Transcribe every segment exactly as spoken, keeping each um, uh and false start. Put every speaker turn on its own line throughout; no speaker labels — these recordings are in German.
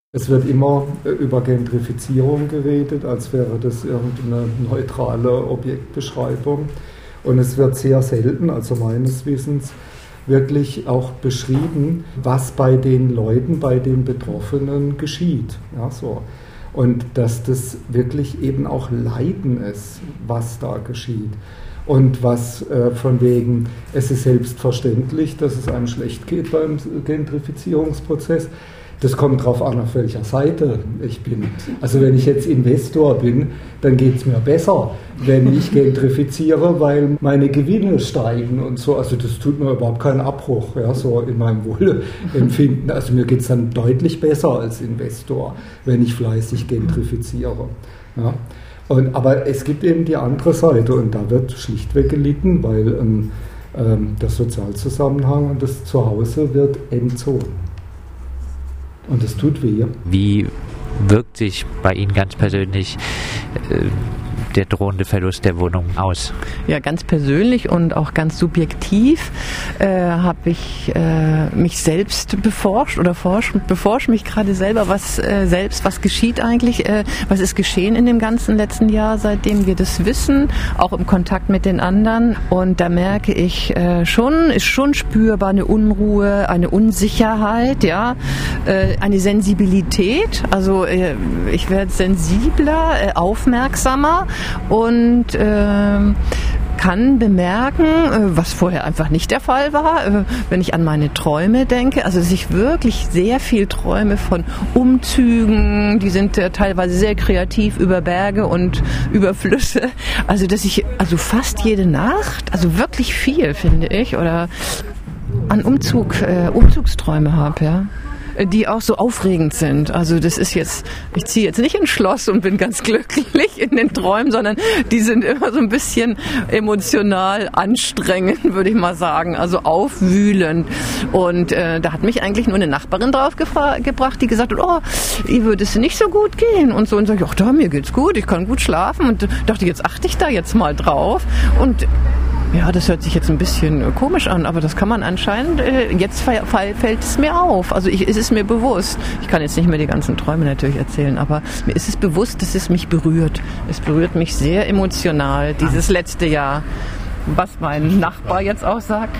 Es wird immer über Gentrifizierung geredet, als wäre das irgendeine neutrale Objektbeschreibung. Und es wird sehr selten, also meines Wissens, wirklich auch beschrieben, was bei den Leuten, bei den Betroffenen geschieht. Ja, so. Und dass das wirklich eben auch Leiden ist, was da geschieht. Und was äh, von wegen, es ist selbstverständlich, dass es einem schlecht geht beim Gentrifizierungsprozess. Das kommt darauf an, auf welcher Seite ich bin. Also wenn ich jetzt Investor bin, dann geht es mir besser, wenn ich gentrifiziere, weil meine Gewinne steigen und so. Also das tut mir überhaupt keinen Abbruch, ja, so in meinem Wohlempfinden. Also mir geht es dann deutlich besser als Investor, wenn ich fleißig gentrifiziere. Ja. Und, aber es gibt eben die andere Seite und da wird schlichtweg gelitten, weil ähm, ähm, der Sozialzusammenhang und das Zuhause wird entzogen. Und es tut weh.
Wie wirkt sich bei Ihnen ganz persönlich äh, der drohende Verlust der Wohnung aus?
Ja, ganz persönlich und auch ganz subjektiv äh, habe ich äh, mich selbst beforscht oder forsch, beforsche mich gerade selber, was äh, selbst, was geschieht eigentlich, äh, was ist geschehen in dem ganzen letzten Jahr, seitdem wir das wissen, auch im Kontakt mit den anderen. Und da merke ich äh, schon, ist schon spürbar eine Unruhe, eine Unsicherheit, ja, äh, eine Sensibilität. Also äh, ich werde sensibler, äh, aufmerksamer. Und äh, kann bemerken, äh, was vorher einfach nicht der Fall war, äh, wenn ich an meine Träume denke, also dass ich wirklich sehr viel träume von Umzügen, die sind äh, teilweise sehr kreativ über Berge und über Flüsse, also dass ich also fast jede Nacht, also wirklich viel, finde ich, oder an Umzug, äh, Umzugsträume habe, ja, die auch so aufregend sind. Also das ist jetzt, ich ziehe jetzt nicht ins Schloss und bin ganz glücklich in den Träumen, sondern die sind immer so ein bisschen emotional anstrengend, würde ich mal sagen, also aufwühlend. Und äh, da hat mich eigentlich nur eine Nachbarin drauf gefra- gebracht, die gesagt hat, oh, ihr würde es nicht so gut gehen und so. Und sage ich, ach da, mir geht's gut, ich kann gut schlafen. Und dachte, jetzt achte ich da jetzt mal drauf. Und ja, das hört sich jetzt ein bisschen komisch an, aber das kann man anscheinend, äh, jetzt f- f- fällt es mir auf. Also ich, es ist mir bewusst. Ich kann jetzt nicht mehr die ganzen Träume natürlich erzählen, aber mir ist es bewusst, dass es mich berührt. Es berührt mich sehr emotional, dieses letzte Jahr. Was mein Nachbar jetzt auch sagt.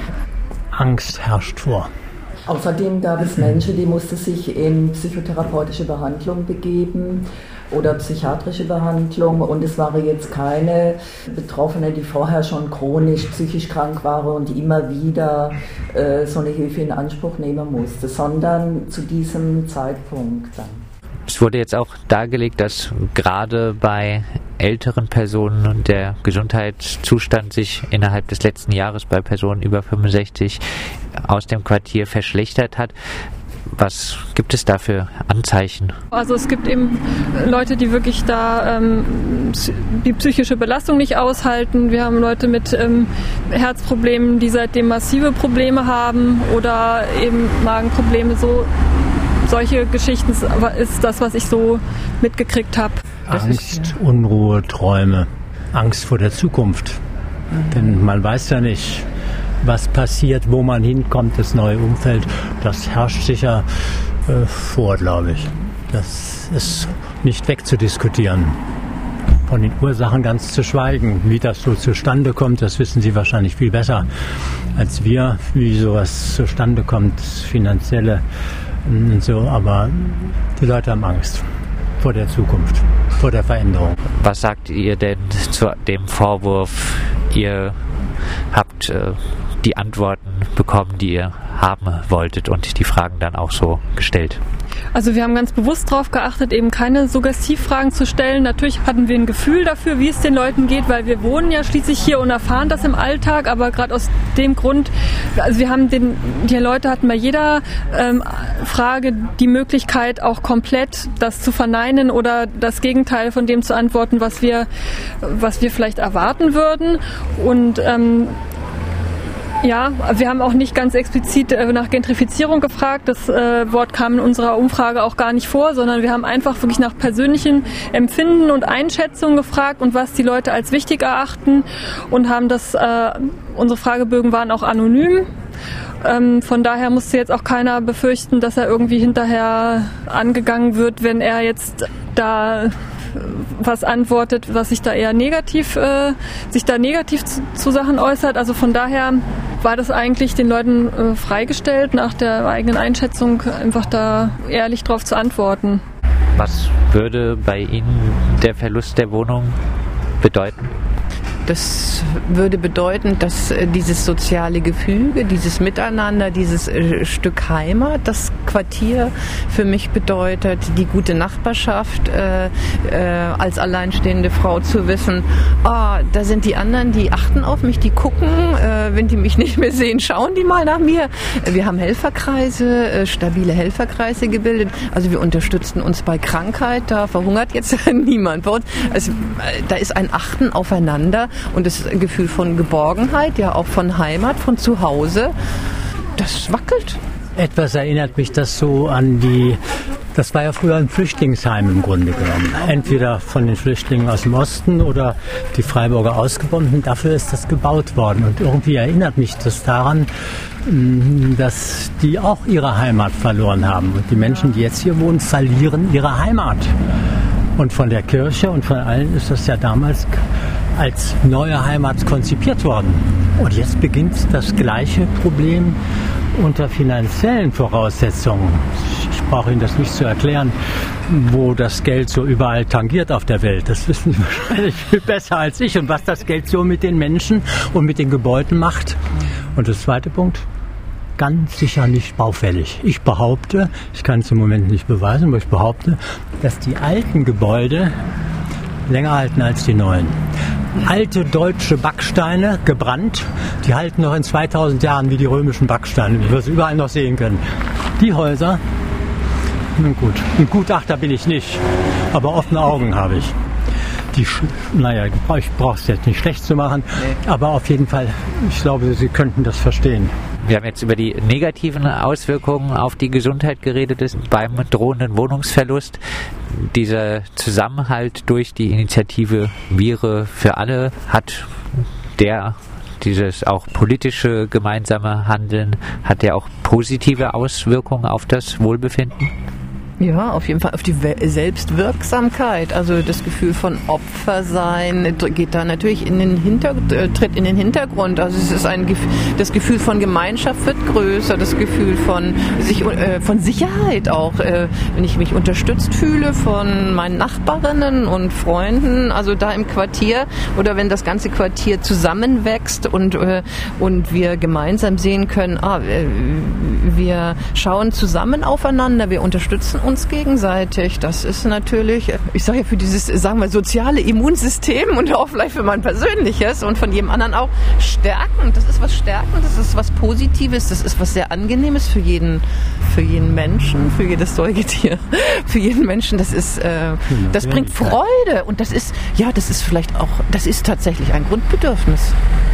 Angst herrscht vor.
Außerdem gab es Menschen, die mussten sich in psychotherapeutische Behandlung begeben oder psychiatrische Behandlung, und es waren jetzt keine Betroffene, die vorher schon chronisch psychisch krank waren und die immer wieder äh, so eine Hilfe in Anspruch nehmen mussten, sondern zu diesem Zeitpunkt dann.
Es wurde jetzt auch dargelegt, dass gerade bei älteren Personen der Gesundheitszustand sich innerhalb des letzten Jahres bei Personen über fünfundsechzig aus dem Quartier verschlechtert hat. Was gibt es da für Anzeichen?
Also es gibt eben Leute, die wirklich da ähm, die psychische Belastung nicht aushalten. Wir haben Leute mit ähm, Herzproblemen, die seitdem massive Probleme haben, oder eben Magenprobleme. So, solche Geschichten ist das, was ich so mitgekriegt habe.
Angst, Unruhe, Träume, Angst vor der Zukunft. Mhm. Denn man weiß ja nicht, was passiert, wo man hinkommt, das neue Umfeld, das herrscht sicher äh, vor, glaube ich. Das ist nicht wegzudiskutieren. Von den Ursachen ganz zu schweigen. Wie das so zustande kommt, das wissen Sie wahrscheinlich viel besser als wir, wie sowas zustande kommt, finanzielle und so. Aber die Leute haben Angst vor der Zukunft, vor der Veränderung.
Was sagt ihr denn zu dem Vorwurf, ihr habt äh, die Antworten bekommen, die ihr haben wolltet, und die Fragen dann auch so gestellt?
Also wir haben ganz bewusst darauf geachtet, eben keine Suggestivfragen zu stellen. Natürlich hatten wir ein Gefühl dafür, wie es den Leuten geht, weil wir wohnen ja schließlich hier und erfahren das im Alltag, aber gerade aus dem Grund, also wir haben den, die Leute hatten bei jeder ähm, Frage die Möglichkeit, auch komplett das zu verneinen oder das Gegenteil von dem zu antworten, was wir, was wir vielleicht erwarten würden. Und ähm, ja, wir haben auch nicht ganz explizit äh, nach Gentrifizierung gefragt. Das äh, Wort kam in unserer Umfrage auch gar nicht vor, sondern wir haben einfach wirklich nach persönlichen Empfinden und Einschätzungen gefragt und was die Leute als wichtig erachten, und haben das, äh, unsere Fragebögen waren auch anonym. Ähm, von daher musste jetzt auch keiner befürchten, dass er irgendwie hinterher angegangen wird, wenn er jetzt da was antwortet, was sich da eher negativ, äh, sich da negativ zu, zu Sachen äußert. Also von daher war das eigentlich den Leuten äh, freigestellt, nach der eigenen Einschätzung einfach da ehrlich drauf zu antworten.
Was würde bei Ihnen der Verlust der Wohnung bedeuten?
Das würde bedeuten, dass dieses soziale Gefüge, dieses Miteinander, dieses Stück Heimat, das Quartier für mich bedeutet, die gute Nachbarschaft, äh, äh, als alleinstehende Frau zu wissen, ah, da sind die anderen, die achten auf mich, die gucken, äh, wenn die mich nicht mehr sehen, schauen die mal nach mir. Wir haben Helferkreise, äh, stabile Helferkreise gebildet, also wir unterstützen uns bei Krankheit, da verhungert jetzt niemand bei uns. Also, da ist ein Achten aufeinander. Und das Gefühl von Geborgenheit, ja auch von Heimat, von Zuhause, das wackelt.
Etwas erinnert mich das so an die, das war ja früher ein Flüchtlingsheim im Grunde genommen. Entweder von den Flüchtlingen aus dem Osten oder die Freiburger Ausgebombten. Dafür ist das gebaut worden. Und irgendwie erinnert mich das daran, dass die auch ihre Heimat verloren haben. Und die Menschen, die jetzt hier wohnen, verlieren ihre Heimat. Und von der Kirche und von allen ist das ja damals als neue Heimat konzipiert worden. Und jetzt beginnt das gleiche Problem unter finanziellen Voraussetzungen. Ich brauche Ihnen das nicht zu erklären, wo das Geld so überall tangiert auf der Welt. Das wissen Sie wahrscheinlich viel besser als ich. Und was das Geld so mit den Menschen und mit den Gebäuden macht. Und der zweite Punkt, ganz sicher nicht baufällig. Ich behaupte, ich kann es im Moment nicht beweisen, aber ich behaupte, dass die alten Gebäude länger halten als die neuen. Alte deutsche Backsteine, gebrannt, die halten noch in zweitausend Jahren wie die römischen Backsteine, wie wir es überall noch sehen können. Die Häuser, nun gut, ein Gutachter bin ich nicht, aber offene Augen habe ich. Die, naja, ich brauche es jetzt nicht schlecht zu machen, nee. Aber auf jeden Fall, ich glaube, Sie könnten das verstehen.
Wir haben jetzt über die negativen Auswirkungen auf die Gesundheit geredet beim drohenden Wohnungsverlust. Dieser Zusammenhalt durch die Initiative Viere für alle, hat der, dieses auch politische gemeinsame Handeln, hat der auch positive Auswirkungen auf das Wohlbefinden?
Ja, auf jeden Fall auf die Selbstwirksamkeit, also das Gefühl von Opfersein geht da natürlich in den Hinter, tritt in den Hintergrund. Also es ist ein das Gefühl von Gemeinschaft wird größer, das Gefühl von sich äh, von Sicherheit auch, äh, wenn ich mich unterstützt fühle von meinen Nachbarinnen und Freunden, also da im Quartier oder wenn das ganze Quartier zusammenwächst und äh, und wir gemeinsam sehen können, ah, wir schauen zusammen aufeinander, wir unterstützen uns gegenseitig. Das ist natürlich, ich sage ja, für dieses, sagen wir, soziale Immunsystem und auch vielleicht für mein persönliches und von jedem anderen auch stärkend. Das ist was Stärkendes, das ist was Positives, das ist was sehr Angenehmes für jeden, für jeden Menschen, für jedes Säugetier, für jeden Menschen. Das ist, äh, das bringt Freude und das ist, ja, das ist vielleicht auch, das ist tatsächlich ein Grundbedürfnis,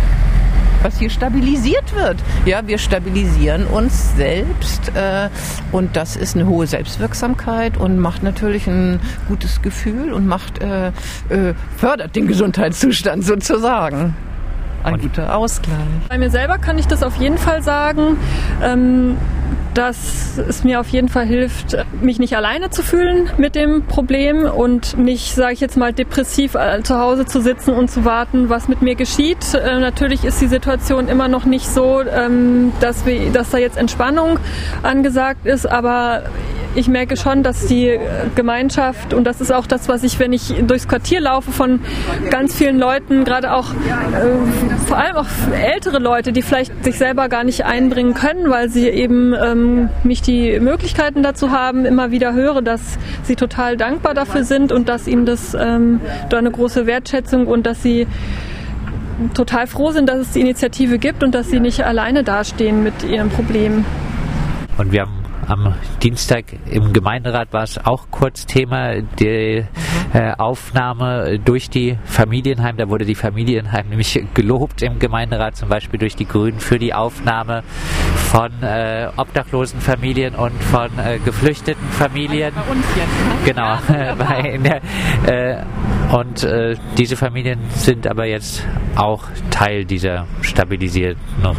was hier stabilisiert wird. Ja, wir stabilisieren uns selbst äh, und das ist eine hohe Selbstwirksamkeit und macht natürlich ein gutes Gefühl und macht äh, äh, fördert den Gesundheitszustand sozusagen. Ein guter Ausgleich.
Bei mir selber kann ich das auf jeden Fall sagen, ähm, dass es mir auf jeden Fall hilft, mich nicht alleine zu fühlen mit dem Problem und nicht, sage ich jetzt mal, depressiv zu Hause zu sitzen und zu warten, was mit mir geschieht. Äh, natürlich ist die Situation immer noch nicht so, ähm, dass, wir, dass da jetzt Entspannung angesagt ist, aber ich merke schon, dass die Gemeinschaft, und das ist auch das, was ich, wenn ich durchs Quartier laufe, von ganz vielen Leuten, gerade auch äh, vor allem auch ältere Leute, die vielleicht sich selber gar nicht einbringen können, weil sie eben ähm, nicht die Möglichkeiten dazu haben, immer wieder höre, dass sie total dankbar dafür sind und dass ihnen das ähm, da eine große Wertschätzung und dass sie total froh sind, dass es die Initiative gibt und dass sie nicht alleine dastehen mit ihrem Problem.
Und wir haben am Dienstag im Gemeinderat war es auch kurz Thema, die äh, Aufnahme durch die Familienheime. Da wurde die Familienheime nämlich gelobt im Gemeinderat, zum Beispiel durch die Grünen, für die Aufnahme von äh, obdachlosen Familien und von äh, geflüchteten Familien.
Bei uns jetzt, ne?
Genau.
Ja,
bei, in der, äh, und äh, diese Familien sind aber jetzt auch Teil dieser stabilisierenden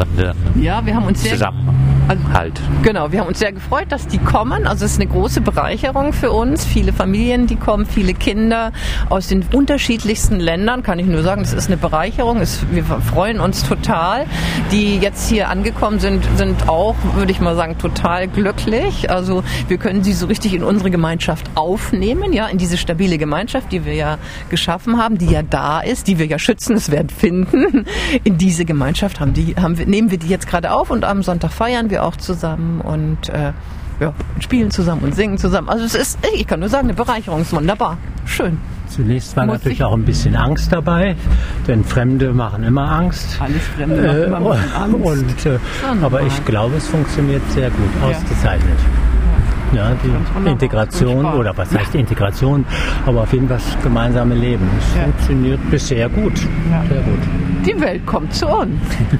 ja, wir haben uns sehr
Zusammenhalt.
Genau, wir haben uns sehr gefreut, dass die kommen. Also es ist eine große Bereicherung für uns. Viele Familien, die kommen, viele Kinder aus den unterschiedlichsten Ländern, kann ich nur sagen, das ist eine Bereicherung. Es, wir freuen uns total. Die jetzt hier angekommen sind, sind auch, würde ich mal sagen, total glücklich. Also wir können sie so richtig in unsere Gemeinschaft aufnehmen, ja, in diese stabile Gemeinschaft, die wir ja geschaffen haben, die ja da ist, die wir ja schützenswert finden. In diese Gemeinschaft haben die, haben wir, nehmen wir die jetzt gerade auf und am Sonntag feiern wir auch zusammen und äh, ja, spielen zusammen und singen zusammen. Also es ist, ich kann nur sagen, eine Bereicherung, ist wunderbar. Schön.
Zunächst war
Muss
natürlich
ich-
auch ein bisschen Angst dabei, denn Fremde machen immer Angst.
Alles Fremde macht
Äh,
immer ein bisschen Angst.
und, äh,
Schon
aber
normal.
ich glaube, es funktioniert sehr gut,
Ja.
ausgezeichnet. Ja, die
wunderbar.
Integration,
Viel Spaß.
oder was heißt Integration, aber auf jeden Fall das gemeinsame Leben. Es
Ja.
funktioniert bisher gut.
Ja.
Sehr gut.
Die Welt kommt zu uns.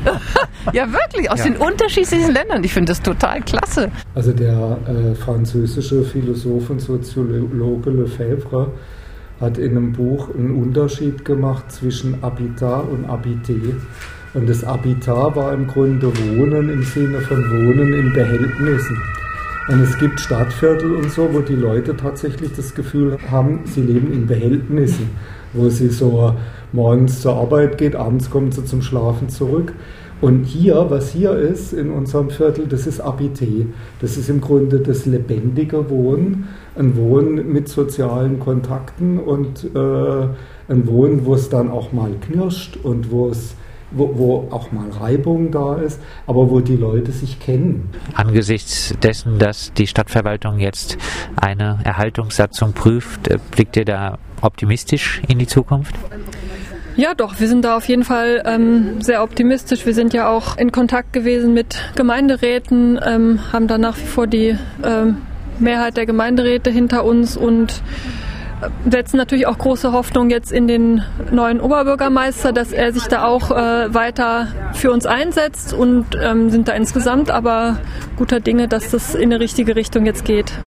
Ja, wirklich, aus
Ja.
den unterschiedlichsten Ländern. Ich finde das total klasse.
Also der äh, französische Philosoph und Soziologe Lefebvre hat in einem Buch einen Unterschied gemacht zwischen Habitat und Habité. Und das Habitat war im Grunde Wohnen im Sinne von Wohnen in Behältnissen. Und es gibt Stadtviertel und so, wo die Leute tatsächlich das Gefühl haben, sie leben in Behältnissen, wo sie so morgens zur Arbeit geht, abends kommen sie zum Schlafen zurück. Und hier, was hier ist in unserem Viertel, das ist Habité. Das ist im Grunde das lebendige Wohnen, ein Wohnen mit sozialen Kontakten und äh, ein Wohnen, wo es dann auch mal knirscht und wo es Wo, wo auch mal Reibung da ist, aber wo die Leute sich kennen.
Angesichts dessen, dass die Stadtverwaltung jetzt eine Erhaltungssatzung prüft, äh, blickt ihr da optimistisch in die Zukunft?
Ja, doch, wir sind da auf jeden Fall ähm, sehr optimistisch. Wir sind ja auch in Kontakt gewesen mit Gemeinderäten, ähm, haben da nach wie vor die ähm, Mehrheit der Gemeinderäte hinter uns und setzen natürlich auch große Hoffnung jetzt in den neuen Oberbürgermeister, dass er sich da auch äh, weiter für uns einsetzt und ähm, sind da insgesamt aber guter Dinge, dass das in eine richtige Richtung jetzt geht.